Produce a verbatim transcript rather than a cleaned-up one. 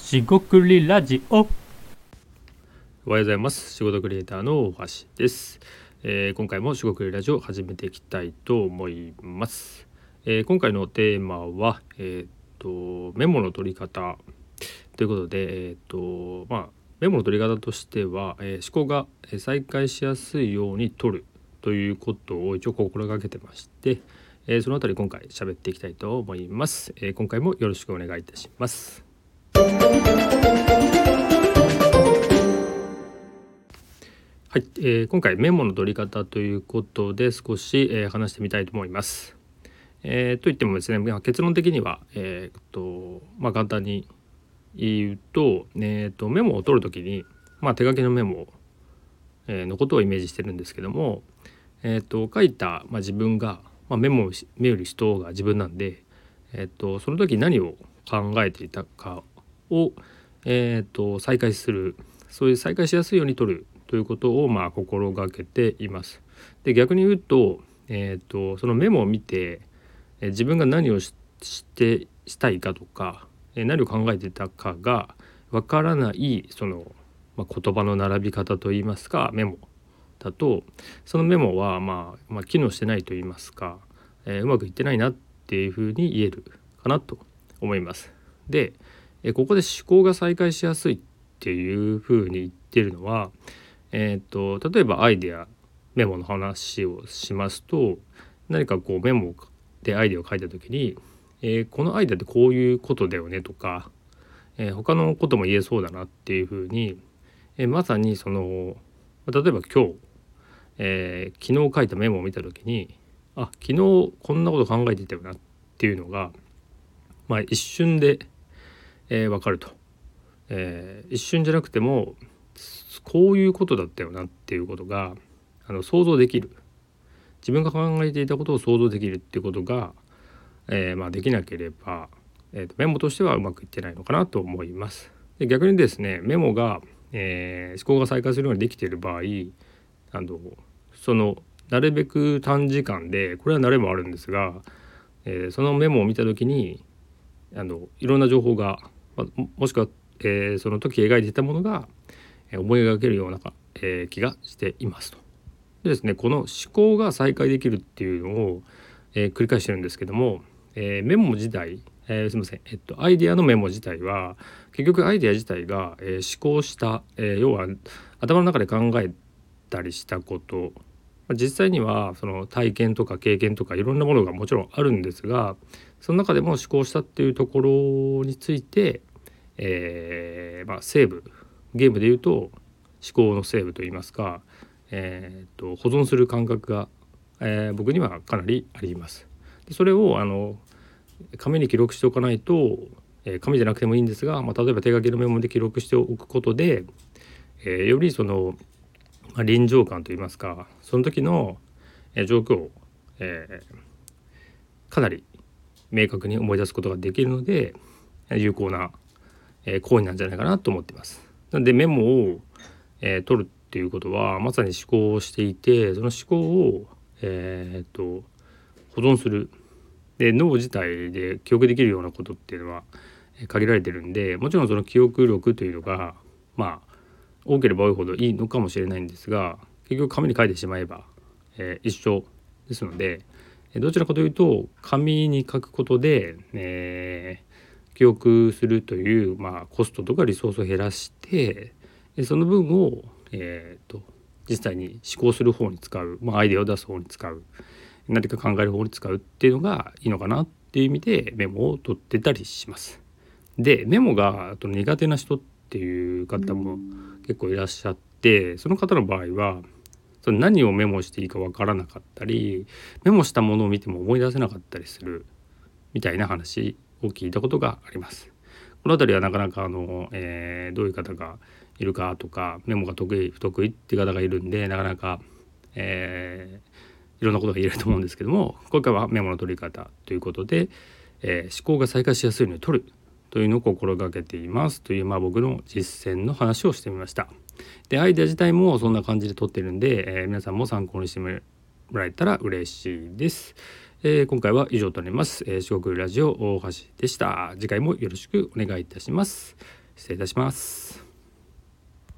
しごくりラジオ。 おはようございます。仕事クリエイターの大橋です。えー、今回もしごくりラジオを始めていきたいと思います。えー、今回のテーマは、えー、とメモの取り方ということで、えーとまあ、メモの取り方としては、えー、思考が再開しやすいように取るということを一応心がけてまして、えー、そのあたり今回喋っていきたいと思います。えー、今回もよろしくお願いいたします。はい、えー、今回メモの取り方ということで少し、えー、話してみたいと思います。えー、といってもですね、まあ、結論的には、えーとまあ、簡単に言うと、えー、とメモを取るときに、まあ、手書きのメモ、えー、のことをイメージしてるんですけども、えー、と書いた、まあ、自分が、まあ、メモを見る人が自分なんで、えー、とその時何を考えていたかを、えー、と再開する、そういう再開しやすいように取るということをまあ心がけています。で逆に言うと、えー、とそのメモを見て、えー、自分が何をししてしたいかとか、えー、何を考えていたかがわからないその、まあ、言葉の並び方といいますかメモだと、そのメモは、まあ、まあ機能してないといいますか、えー、うまくいってないなっていうふうに言えるかなと思います。で、えー、ここで思考が再開しやすいっていうふうに言ってるのは、えー、と例えばアイデアメモの話をしますと、何かこうメモでアイデアを書いた時に、えー、このアイデアってこういうことだよねとか、えー、他のことも言えそうだなっていうふうに、えー、まさにその例えば今日、えー、昨日書いたメモを見た時に、あ、昨日こんなこと考えていたよなっていうのが、まあ、一瞬で、えー、分かると、えー、一瞬じゃなくてもこういうことだったよなっていうことがあの想像できる、自分が考えていたことを想像できるっていうことが、えーまあ、できなければ、えーと、メモとしてはうまくいってないのかなと思います。で逆にですね、メモが、えー、思考が再開するようにできている場合、あのそのなるべく短時間で、これは慣れもあるんですが、えー、そのメモを見た時にあのいろんな情報が、まあ、もしくは、えー、その時描いていたものが思い描けるような、えー、気がしていますと。でですね、この思考が再開できるっていうのを、えー、繰り返してるんですけども、えー、メモ自体、えー、すみません、えっと、アイデアのメモ自体は結局アイデア自体が、えー、思考した、えー、要は頭の中で考えたりしたこと、実際にはその体験とか経験とかいろんなものがもちろんあるんですが、その中でも思考したっていうところについて、えーまあ、セーブ、ゲームでいうと思考のセーブといいますか、えー、と保存する感覚が、えー、僕にはかなりあります。でそれをあの紙に記録しておかないと、えー、紙じゃなくてもいいんですが、まあ、例えば手書きのメモで記録しておくことで、えー、よりその、まあ、臨場感といいますか、その時の、えー、状況を、えー、かなり明確に思い出すことができるので有効な、えー、行為なんじゃないかなと思っています。なのでメモを、えー、取るっていうことはまさに思考をしていて、その思考を、えー、っと保存する。で脳自体で記憶できるようなことっていうのは限られてるんで、もちろんその記憶力というのがまあ多ければ多いほどいいのかもしれないんですが、結局紙に書いてしまえば、えー、一緒ですので、どちらかというと紙に書くことで、えー、記憶するという、まあ、コストとかリソースを減らして、その分を、えー、と実際に思考する方に使う、まあ、アイデアを出す方に使う、何か考える方に使うっていうのがいいのかなっていう意味でメモを取ってたりします。でメモがあと苦手な人っていう方も結構いらっしゃって、その方の場合はその何をメモしていいかわからなかったり、メモしたものを見ても思い出せなかったりするみたいな話を聞いたことがあります。このあたりはなかなかあの、えー、どういう方がいるかとか、メモが得意不得意っていう方がいるんで、なかなか、えーいろんなことが言えると思うんですけども、今回はメモの取り方ということで、えー、思考が再開しやすいように取るというのを心がけていますという、まあ、僕の実践の話をしてみました。でアイデア自体もそんな感じで取ってるんで、えー、皆さんも参考にしてもらえたら嬉しいです。えー、今回は以上となります。えー、四国ラジオ大橋でした。次回もよろしくお願いいたします。 失礼いたします。